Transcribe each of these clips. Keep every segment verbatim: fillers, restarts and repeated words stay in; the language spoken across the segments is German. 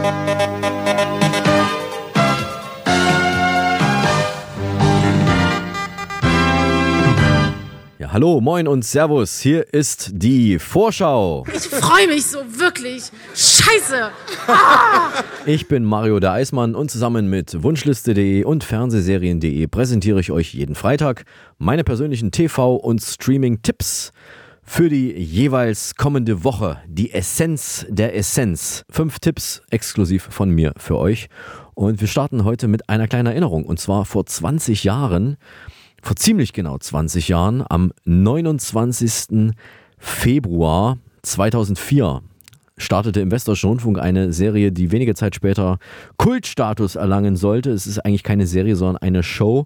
Ja, hallo, moin und servus, hier ist die Vorschau. Ich freue mich so, wirklich. Scheiße. Ah! Ich bin Mario der Eismann und zusammen mit Wunschliste punkt de und Fernsehserien punkt de präsentiere ich euch jeden Freitag meine persönlichen T V- und Streaming-Tipps für die jeweils kommende Woche. Die Essenz der Essenz. Fünf Tipps exklusiv von mir für euch. Und wir starten heute mit einer kleinen Erinnerung. Und zwar vor zwanzig Jahren, vor ziemlich genau zwanzig Jahren, am neunundzwanzigsten Februar zweitausendvier startete im Westdeutschen Rundfunk eine Serie, die wenige Zeit später Kultstatus erlangen sollte. Es ist eigentlich keine Serie, sondern eine Show,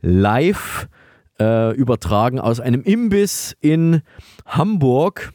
live äh, übertragen aus einem Imbiss in Hamburg.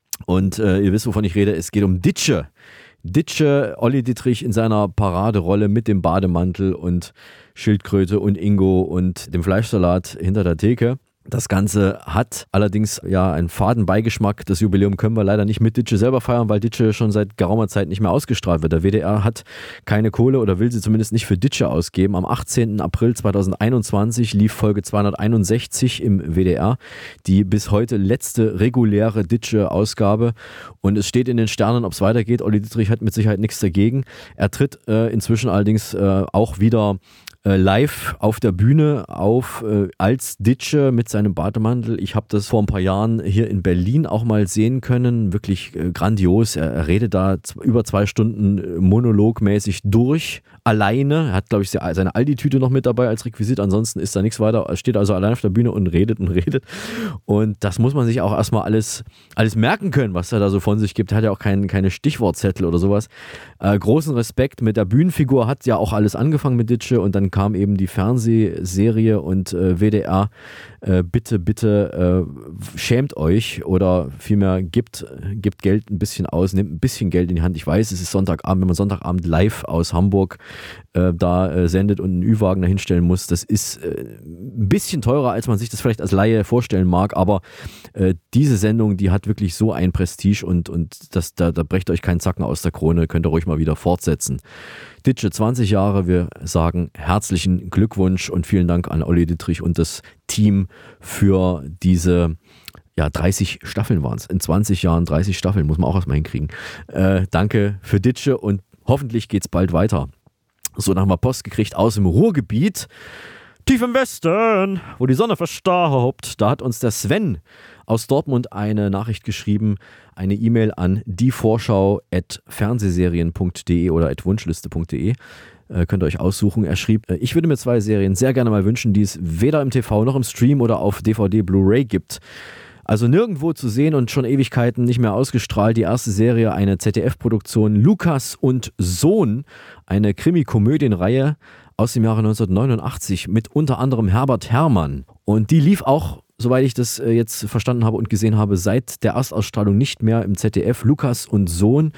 Und äh, ihr wisst, wovon ich rede, es geht um Ditsche. Ditsche, Olli Dittrich in seiner Paraderolle mit dem Bademantel und Schildkröte und Ingo und dem Fleischsalat hinter der Theke. Das Ganze hat allerdings ja einen faden Beigeschmack. Das Jubiläum können wir leider nicht mit Ditsche selber feiern, weil Ditsche schon seit geraumer Zeit nicht mehr ausgestrahlt wird. Der W D R hat keine Kohle oder will sie zumindest nicht für Ditsche ausgeben. Am achtzehnten April zweitausendeinundzwanzig lief Folge zweihunderteinundsechzig im W D R, die bis heute letzte reguläre Ditsche-Ausgabe. Und es steht in den Sternen, ob es weitergeht. Olli Dittrich hat mit Sicherheit nichts dagegen. Er tritt äh, inzwischen allerdings äh, auch wieder live auf der Bühne auf äh, als Ditsche mit seinem Bademantel. Ich habe das vor ein paar Jahren hier in Berlin auch mal sehen können. Wirklich äh, grandios. Er, er redet da z- über zwei Stunden äh, monologmäßig durch, alleine. Er hat, glaube ich, seine Aldi-Tüte noch mit dabei als Requisit. Ansonsten ist da nichts weiter. Er steht also allein auf der Bühne und redet und redet. Und das muss man sich auch erstmal alles, alles merken können, was er da so von sich gibt. Er hat ja auch kein, keine Stichwortzettel oder sowas. Äh, großen Respekt. Mit der Bühnenfigur hat ja auch alles angefangen mit Ditsche und dann kam eben die Fernsehserie und äh, W D R, äh, bitte, bitte äh, schämt euch oder vielmehr gibt, gibt Geld ein bisschen aus, nehmt ein bisschen Geld in die Hand. Ich weiß, es ist Sonntagabend, wenn man Sonntagabend live aus Hamburg äh, da äh, sendet und einen Ü-Wagen dahin stellen muss, das ist äh, ein bisschen teurer, als man sich das vielleicht als Laie vorstellen mag, aber äh, diese Sendung, die hat wirklich so ein Prestige und, und das, da, da brecht euch keinen Zacken aus der Krone, könnt ihr ruhig mal wieder fortsetzen. Ditsche, zwanzig Jahre, wir sagen herzlichen Glückwunsch und vielen Dank an Olli Dittrich und das Team für diese, ja, dreißig Staffeln waren es. In zwanzig Jahren dreißig Staffeln, muss man auch erstmal hinkriegen. Äh, danke für Ditsche und hoffentlich geht's bald weiter. So, dann haben wir Post gekriegt aus dem Ruhrgebiet, tief im Westen, wo die Sonne verstaubt. Da hat uns der Sven aus Dortmund eine Nachricht geschrieben, eine E-Mail an dievorschau at fernsehserien punkt de oder at wunschliste punkt de. Äh, könnt ihr euch aussuchen. Er schrieb, äh, ich würde mir zwei Serien sehr gerne mal wünschen, die es weder im T V noch im Stream oder auf D V D Blu-ray gibt. Also nirgendwo zu sehen und schon Ewigkeiten nicht mehr ausgestrahlt. Die erste Serie, eine Z D F-Produktion, Lukas und Sohn, eine Krimi-Komödienreihe aus dem Jahre neunzehnhundertneunundachtzig mit unter anderem Herbert Herrmann. Und die lief auch, soweit ich das jetzt verstanden habe und gesehen habe, seit der Erstausstrahlung nicht mehr im Z D F. Lukas und Sohn.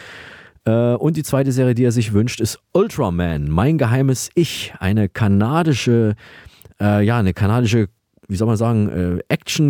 Und die zweite Serie, die er sich wünscht, ist Ultraman, mein geheimes Ich. Eine kanadische, äh, ja, eine kanadische, wie soll man sagen, äh,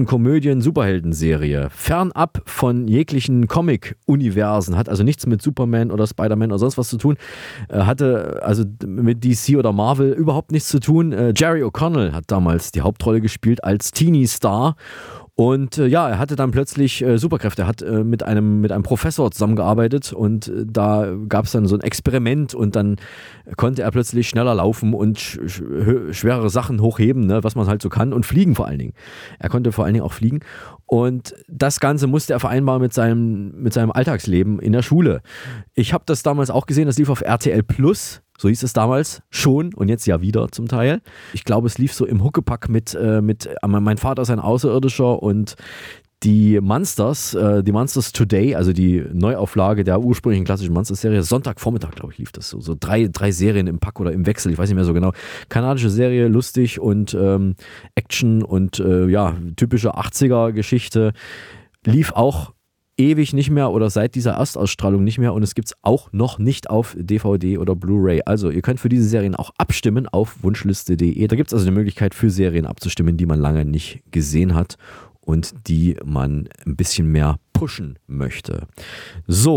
Action-Komödien-Superhelden-Serie. Fernab von jeglichen Comic-Universen, hat also nichts mit Superman oder Spider-Man oder sonst was zu tun. Äh, hatte also mit D C oder Marvel überhaupt nichts zu tun. Äh, Jerry O'Connell hat damals die Hauptrolle gespielt als Teenie-Star. Und äh, ja, er hatte dann plötzlich äh, Superkräfte. Er hat äh, mit einem, mit einem Professor zusammengearbeitet und äh, da gab es dann so ein Experiment und dann konnte er plötzlich schneller laufen und sch- sch- schwerere Sachen hochheben, ne, was man halt so kann, und fliegen vor allen Dingen. Er konnte vor allen Dingen auch fliegen. Und das Ganze musste er vereinbaren mit seinem, mit seinem Alltagsleben in der Schule. Ich habe das damals auch gesehen, das lief auf R T L Plus. So hieß es damals schon und jetzt ja wieder zum Teil. Ich glaube, es lief so im Huckepack mit, äh, mit äh, mein Vater ist ein Außerirdischer und die Monsters, äh, die Monsters Today, also die Neuauflage der ursprünglichen klassischen Monsters-Serie, Sonntagvormittag, glaube ich, lief das so. So drei, drei Serien im Pack oder im Wechsel, ich weiß nicht mehr so genau. Kanadische Serie, lustig und ähm, Action und äh, ja, typische achtziger-Geschichte. Lief auch ewig nicht mehr oder seit dieser Erstausstrahlung nicht mehr und es gibt es auch noch nicht auf D V D oder Blu-ray. Also ihr könnt für diese Serien auch abstimmen auf wunschliste punkt de. Da gibt es also eine Möglichkeit für Serien abzustimmen, die man lange nicht gesehen hat und die man ein bisschen mehr pushen möchte. So,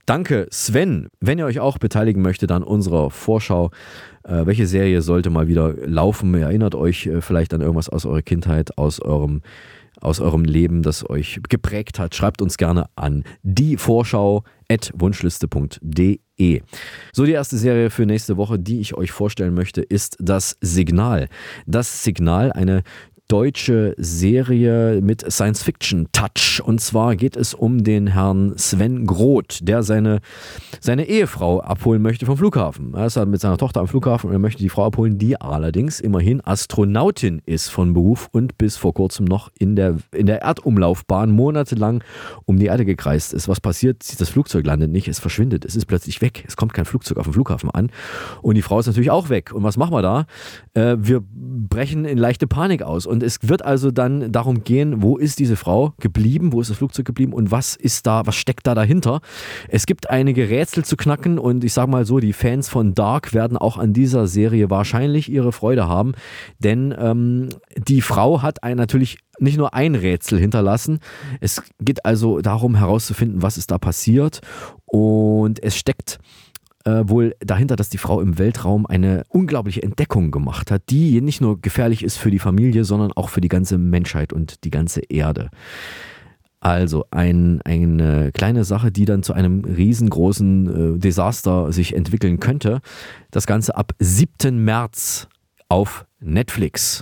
Danke, Sven. Wenn ihr euch auch beteiligen möchtet an unserer Vorschau, äh, welche Serie sollte mal wieder laufen? Erinnert euch äh, vielleicht an irgendwas aus eurer Kindheit, aus eurem, aus eurem Leben, das euch geprägt hat. Schreibt uns gerne an die Vorschau at wunschliste punkt de. So, die erste Serie für nächste Woche, die ich euch vorstellen möchte, ist Das Signal. Das Signal, eine deutsche Serie mit Science-Fiction-Touch. Und zwar geht es um den Herrn Sven Groth, der seine, seine Ehefrau abholen möchte vom Flughafen. Er ist halt mit seiner Tochter am Flughafen und er möchte die Frau abholen, die allerdings immerhin Astronautin ist von Beruf und bis vor kurzem noch in der, in der Erdumlaufbahn monatelang um die Erde gekreist ist. Was passiert? Das Flugzeug landet nicht, es verschwindet, es ist plötzlich weg. Es kommt kein Flugzeug auf dem Flughafen an und die Frau ist natürlich auch weg. Und was machen wir da? Äh, wir brechen in leichte Panik aus. Und es wird also dann darum gehen, wo ist diese Frau geblieben, wo ist das Flugzeug geblieben und was ist da, was steckt da dahinter? Es gibt einige Rätsel zu knacken und ich sage mal so, die Fans von Dark werden auch an dieser Serie wahrscheinlich ihre Freude haben, denn ähm, die Frau hat ein, natürlich nicht nur ein Rätsel hinterlassen. Es geht also darum herauszufinden, was ist da passiert und es steckt Äh, wohl dahinter, dass die Frau im Weltraum eine unglaubliche Entdeckung gemacht hat, die nicht nur gefährlich ist für die Familie, sondern auch für die ganze Menschheit und die ganze Erde. Also ein, eine kleine Sache, die dann zu einem riesengroßen äh, Desaster sich entwickeln könnte. Das Ganze ab siebten März auf Netflix.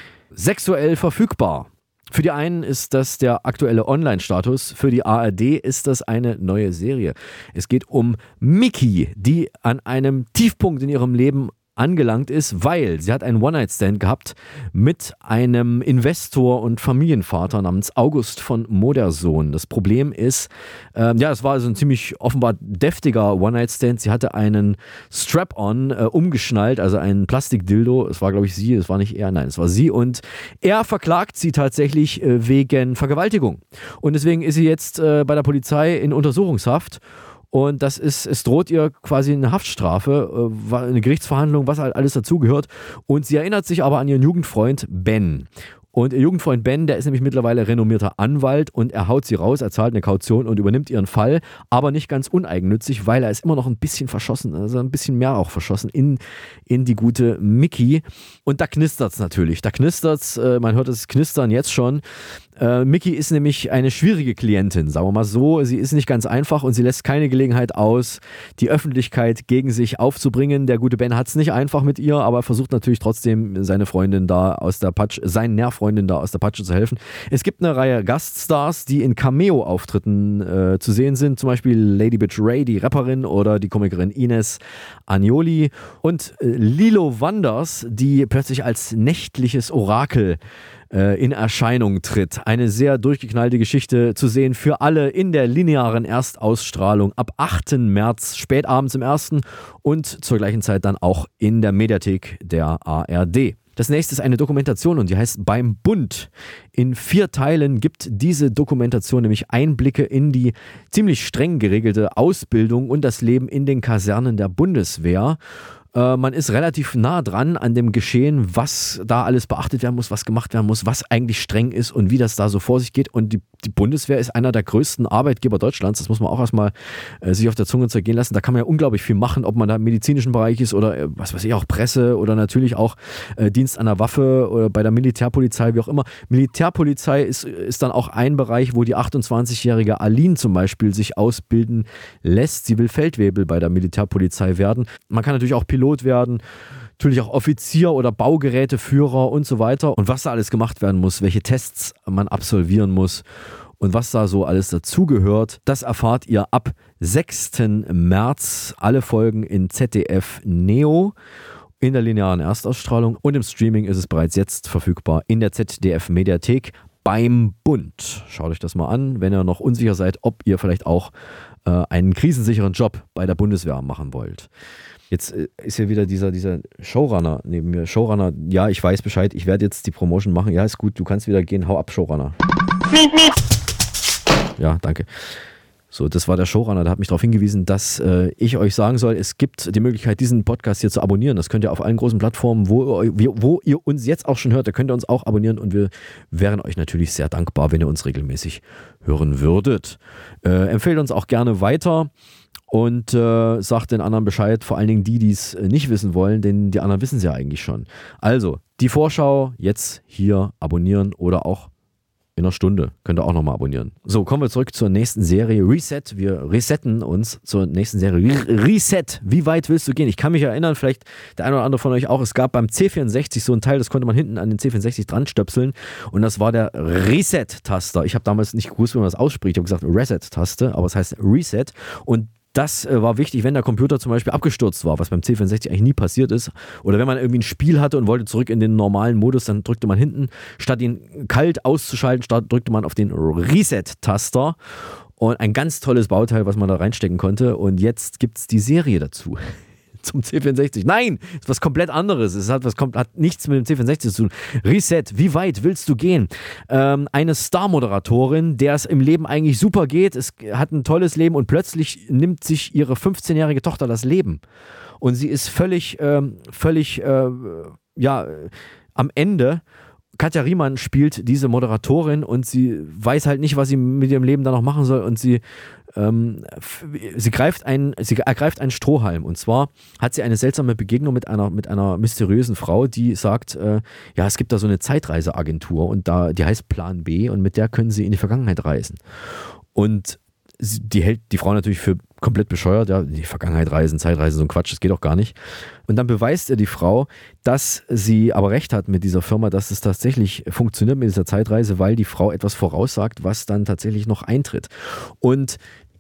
Sexuell verfügbar. Für die einen ist das der aktuelle Online-Status, für die A R D ist das eine neue Serie. Es geht um Miki, die an einem Tiefpunkt in ihrem Leben angelangt ist, weil sie hat einen One-Night-Stand gehabt mit einem Investor und Familienvater namens August von Modersohn. Das Problem ist, äh, ja, es war also ein ziemlich offenbar deftiger One-Night-Stand. Sie hatte einen Strap-on äh, umgeschnallt, also ein Plastikdildo. Es war, glaube ich, sie, es war nicht er, nein, es war sie. Und er verklagt sie tatsächlich äh, wegen Vergewaltigung. Und deswegen ist sie jetzt äh, bei der Polizei in Untersuchungshaft. Und das ist, es droht ihr quasi eine Haftstrafe, eine Gerichtsverhandlung, was halt alles dazugehört. Und sie erinnert sich aber an ihren Jugendfreund Ben. Und ihr Jugendfreund Ben, der ist nämlich mittlerweile renommierter Anwalt und er haut sie raus, er zahlt eine Kaution und übernimmt ihren Fall, aber nicht ganz uneigennützig, weil er ist immer noch ein bisschen verschossen, also ein bisschen mehr auch verschossen in, in die gute Miki. Und da knistert's natürlich, da knistert's, äh, man hört das Knistern jetzt schon. Äh, Miki ist nämlich eine schwierige Klientin, sagen wir mal so. Sie ist nicht ganz einfach und sie lässt keine Gelegenheit aus, die Öffentlichkeit gegen sich aufzubringen. Der gute Ben hat es nicht einfach mit ihr, aber er versucht natürlich trotzdem, seine Freundin da aus der Patsche, seinen Nährfreundin da aus der Patsche zu helfen. Es gibt eine Reihe Gaststars, die in Cameo-Auftritten äh, zu sehen sind, zum Beispiel Lady Bitch Ray, die Rapperin, oder die Komikerin Ines Agnoli und äh, Lilo Wanders, die plötzlich als nächtliches Orakel in Erscheinung tritt. Eine sehr durchgeknallte Geschichte zu sehen für alle in der linearen Erstausstrahlung ab achten März, spät abends im ersten und zur gleichen Zeit dann auch in der Mediathek der A R D. Das nächste ist eine Dokumentation und die heißt Beim Bund. In vier Teilen gibt diese Dokumentation nämlich Einblicke in die ziemlich streng geregelte Ausbildung und das Leben in den Kasernen der Bundeswehr. Äh, man ist relativ nah dran an dem Geschehen, was da alles beachtet werden muss, was gemacht werden muss, was eigentlich streng ist und wie das da so vor sich geht. Und die, die Bundeswehr ist einer der größten Arbeitgeber Deutschlands. Das muss man auch erstmal äh, sich auf der Zunge zergehen lassen. Da kann man ja unglaublich viel machen, ob man da im medizinischen Bereich ist oder äh, was weiß ich, auch Presse oder natürlich auch äh, Dienst an der Waffe oder bei der Militärpolizei, wie auch immer. Militärpolizei ist, ist dann auch ein Bereich, wo die achtundzwanzigjährige Aline zum Beispiel sich ausbilden lässt. Sie will Feldwebel bei der Militärpolizei werden. Man kann natürlich auch Pilot werden, natürlich auch Offizier oder Baugeräteführer und so weiter. Und was da alles gemacht werden muss, welche Tests man absolvieren muss und was da so alles dazugehört, das erfahrt ihr ab sechsten März. Alle Folgen in Z D F Neo in der linearen Erstausstrahlung und im Streaming ist es bereits jetzt verfügbar in der Z D F Mediathek Beim Bund. Schaut euch das mal an, wenn ihr noch unsicher seid, ob ihr vielleicht auch äh, einen krisensicheren Job bei der Bundeswehr machen wollt. Jetzt ist hier wieder dieser, dieser Showrunner neben mir. Showrunner, ja, ich weiß Bescheid, ich werde jetzt die Promotion machen. Ja, ist gut, du kannst wieder gehen, hau ab, Showrunner. Ja, danke. So, das war der Showrunner, der hat mich darauf hingewiesen, dass äh, ich euch sagen soll, es gibt die Möglichkeit, diesen Podcast hier zu abonnieren. Das könnt ihr auf allen großen Plattformen, wo, wo ihr uns jetzt auch schon hört, da könnt ihr uns auch abonnieren und wir wären euch natürlich sehr dankbar, wenn ihr uns regelmäßig hören würdet. Äh, empfehlt uns auch gerne weiter und äh, sagt den anderen Bescheid, vor allen Dingen die, die es nicht wissen wollen, denn die anderen wissen es ja eigentlich schon. Also, die Vorschau jetzt hier abonnieren oder auch in einer Stunde. Könnt ihr auch nochmal abonnieren. So, kommen wir zurück zur nächsten Serie. Reset. Wir resetten uns zur nächsten Serie. Reset. Wie weit willst du gehen? Ich kann mich erinnern, vielleicht der eine oder andere von euch auch, es gab beim C vierundsechzig so ein Teil, das konnte man hinten an den C vierundsechzig dran stöpseln und das war der Reset-Taster. Ich habe damals nicht gewusst, wie man das ausspricht. Ich habe gesagt Reset-Taste, aber es heißt Reset und das äh, war wichtig, wenn der Computer zum Beispiel abgestürzt war, was beim C vierundsechzig eigentlich nie passiert ist. Oder wenn man irgendwie ein Spiel hatte und wollte zurück in den normalen Modus, dann drückte man hinten, statt ihn kalt auszuschalten, statt, drückte man auf den Reset-Taster. Und ein ganz tolles Bauteil, was man da reinstecken konnte. Und jetzt gibt es die Serie dazu. Zum C vierundsechzig. Nein, ist was komplett anderes. Es hat, was, hat nichts mit dem C vierundsechzig zu tun. Reset, wie weit willst du gehen? Ähm, eine Star-Moderatorin, der es im Leben eigentlich super geht, es hat ein tolles Leben und plötzlich nimmt sich ihre fünfzehnjährige Tochter das Leben. Und sie ist völlig, ähm, völlig, äh, ja, am Ende. Katja Riemann spielt diese Moderatorin und sie weiß halt nicht, was sie mit ihrem Leben da noch machen soll und sie ähm, sie greift einen, sie ergreift einen Strohhalm und zwar hat sie eine seltsame Begegnung mit einer, mit einer mysteriösen Frau, die sagt, äh, ja, es gibt da so eine Zeitreiseagentur und da, die heißt Plan B und mit der können sie in die Vergangenheit reisen. Und die hält die Frau natürlich für komplett bescheuert, ja, die Vergangenheit reisen, Zeitreisen, so ein Quatsch, das geht doch gar nicht. Und dann beweist ihr die Frau, dass sie aber recht hat mit dieser Firma, dass es tatsächlich funktioniert mit dieser Zeitreise, weil die Frau etwas voraussagt, was dann tatsächlich noch eintritt. Und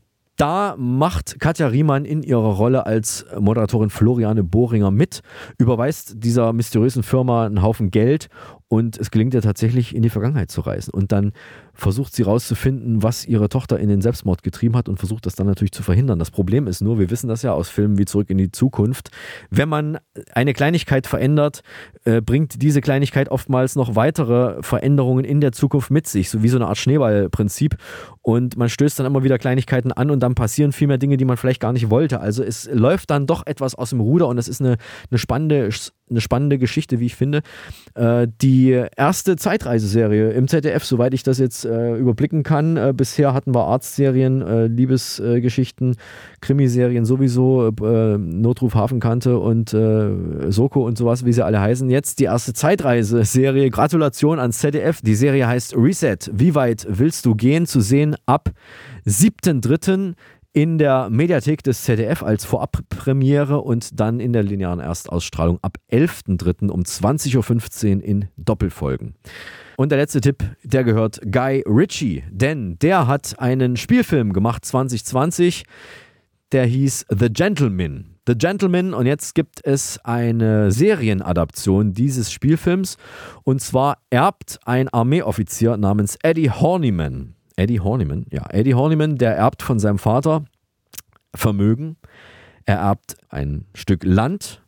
da macht Katja Riemann in ihrer Rolle als Moderatorin Floriane Bohringer mit, überweist dieser mysteriösen Firma einen Haufen Geld und es gelingt ihr tatsächlich in die Vergangenheit zu reisen. Und dann versucht sie rauszufinden, was ihre Tochter in den Selbstmord getrieben hat und versucht das dann natürlich zu verhindern. Das Problem ist nur, wir wissen das ja aus Filmen wie Zurück in die Zukunft, wenn man eine Kleinigkeit verändert, äh, bringt diese Kleinigkeit oftmals noch weitere Veränderungen in der Zukunft mit sich, so wie so eine Art Schneeballprinzip und man stößt dann immer wieder Kleinigkeiten an und dann passieren viel mehr Dinge, die man vielleicht gar nicht wollte. Also es läuft dann doch etwas aus dem Ruder und das ist eine, eine spannende eine spannende Geschichte, wie ich finde. Äh, die erste Zeitreiseserie im Z D F, soweit ich das jetzt äh, überblicken kann. Äh, bisher hatten wir Arztserien, äh, Liebesgeschichten, Krimiserien sowieso, äh, Notruf Hafenkante und äh, Soko und sowas, wie sie alle heißen. Jetzt die erste Zeitreiseserie. Gratulation ans Z D F. Die Serie heißt Reset. Wie weit willst du gehen? Zu sehen ab siebten dritten in der Mediathek des Z D F als Vorabpremiere und dann in der linearen Erstausstrahlung ab elften dritten um zwanzig Uhr fünfzehn in Doppelfolgen. Und der letzte Tipp, der gehört Guy Ritchie, denn der hat einen Spielfilm gemacht zwanzig zwanzig, der hieß The Gentleman. The Gentleman und jetzt gibt es eine Serienadaption dieses Spielfilms und zwar erbt ein Armeeoffizier namens Eddie Horniman. Eddie Horniman, ja, Eddie Horniman, der erbt von seinem Vater Vermögen, er erbt ein Stück Land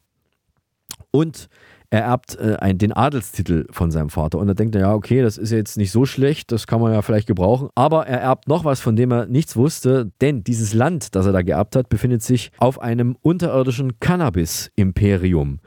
und er erbt äh, ein, den Adelstitel von seinem Vater. Und da denkt er, ja, okay, das ist jetzt nicht so schlecht, das kann man ja vielleicht gebrauchen. Aber er erbt noch was, von dem er nichts wusste, denn dieses Land, das er da geerbt hat, befindet sich auf einem unterirdischen Cannabis-Imperium.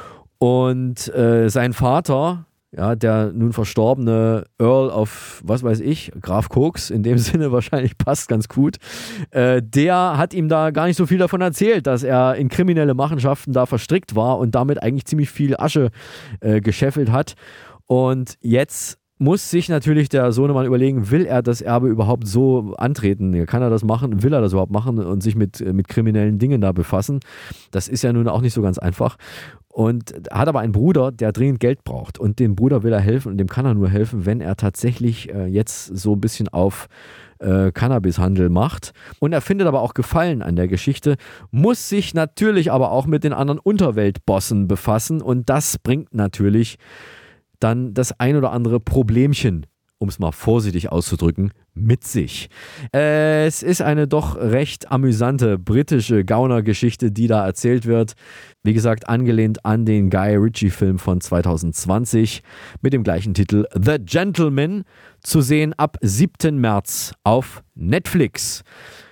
Und äh, sein Vater, ja, der nun verstorbene Earl of, was weiß ich, Graf Koks, in dem Sinne wahrscheinlich passt ganz gut, äh, der hat ihm da gar nicht so viel davon erzählt, dass er in kriminelle Machenschaften da verstrickt war und damit eigentlich ziemlich viel Asche äh, gescheffelt hat. Und jetzt muss sich natürlich der Sohnemann überlegen, will er das Erbe überhaupt so antreten? Kann er das machen? Will er das überhaupt machen und sich mit, mit kriminellen Dingen da befassen? Das ist ja nun auch nicht so ganz einfach. Und hat aber einen Bruder, der dringend Geld braucht. Und dem Bruder will er helfen und dem kann er nur helfen, wenn er tatsächlich äh, jetzt so ein bisschen auf äh, Cannabishandel macht. Und er findet aber auch Gefallen an der Geschichte, muss sich natürlich aber auch mit den anderen Unterweltbossen befassen. Und das bringt natürlich dann das ein oder andere Problemchen, um es mal vorsichtig auszudrücken, mit sich. Äh, es ist eine doch recht amüsante britische Gaunergeschichte, die da erzählt wird. Wie gesagt, angelehnt an den Guy Ritchie-Film von zwanzig zwanzig mit dem gleichen Titel The Gentleman, zu sehen ab siebten März auf Netflix.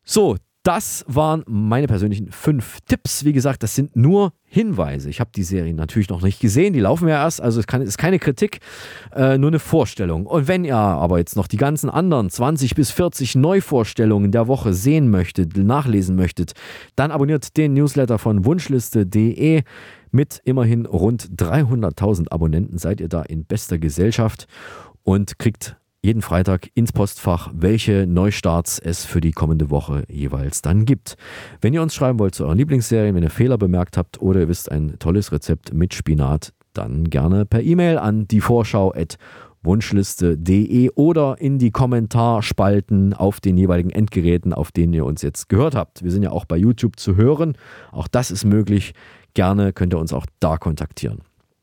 So, das waren meine persönlichen fünf Tipps. Wie gesagt, das sind nur Hinweise. Ich habe die Serien natürlich noch nicht gesehen, die laufen ja erst, also es kann, ist keine Kritik, äh, nur eine Vorstellung. Und wenn ihr aber jetzt noch die ganzen anderen zwanzig bis vierzig Neuvorstellungen der Woche sehen möchtet, nachlesen möchtet, dann abonniert den Newsletter von Wunschliste punkt de. Mit immerhin rund dreihunderttausend Abonnenten seid ihr da in bester Gesellschaft und kriegt jeden Freitag ins Postfach, welche Neustarts es für die kommende Woche jeweils dann gibt. Wenn ihr uns schreiben wollt zu euren Lieblingsserien, wenn ihr Fehler bemerkt habt oder ihr wisst ein tolles Rezept mit Spinat, dann gerne per E-Mail an die Vorschau at wunschliste punkt de oder in die Kommentarspalten auf den jeweiligen Endgeräten, auf denen ihr uns jetzt gehört habt. Wir sind ja auch bei YouTube zu hören. Auch das ist möglich. Gerne könnt ihr uns auch da kontaktieren.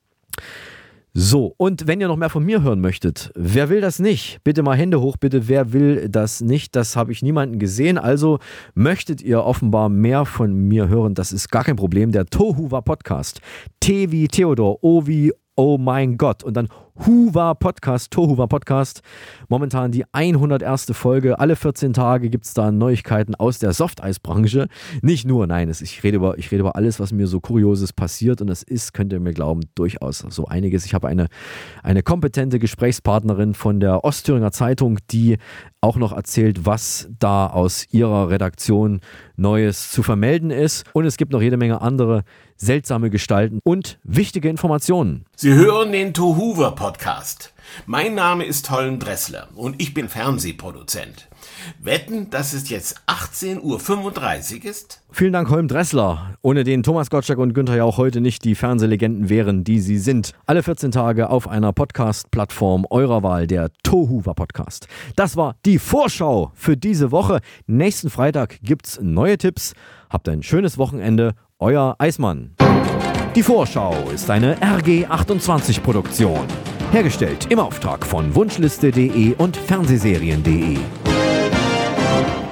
So, und wenn ihr noch mehr von mir hören möchtet, wer will das nicht? Bitte mal Hände hoch, bitte, wer will das nicht? Das habe ich niemanden gesehen, also möchtet ihr offenbar mehr von mir hören, das ist gar kein Problem. Der Tohuwa Podcast, T wie Theodor, O wie Oh mein Gott und dann Huwa Podcast, Tohuwa Podcast, momentan die hunderterste Folge, alle vierzehn Tage gibt es da Neuigkeiten aus der Softeisbranche, nicht nur, nein, es, ich, rede über, ich rede über alles, was mir so Kurioses passiert und das ist, könnt ihr mir glauben, durchaus so einiges. Ich habe eine, eine kompetente Gesprächspartnerin von der Ostthüringer Zeitung, die auch noch erzählt, was da aus ihrer Redaktion Neues zu vermelden ist und es gibt noch jede Menge andere seltsame Gestalten und wichtige Informationen. Sie hören den Tohuwa Podcast. Mein Name ist Holm Dressler und ich bin Fernsehproduzent. Wetten, dass es jetzt achtzehn Uhr fünfunddreißig ist? Vielen Dank, Holm Dressler, ohne den Thomas Gottschalk und Günther Jauch heute nicht die Fernsehlegenden wären, die sie sind. Alle vierzehn Tage auf einer Podcast-Plattform eurer Wahl, der Tohuwa Podcast. Das war die Vorschau für diese Woche. Nächsten Freitag gibt's neue Tipps. Habt ein schönes Wochenende. Euer Eismann. Die Vorschau ist eine R G achtundzwanzig Produktion. Hergestellt im Auftrag von Wunschliste punkt de und Fernsehserien punkt de.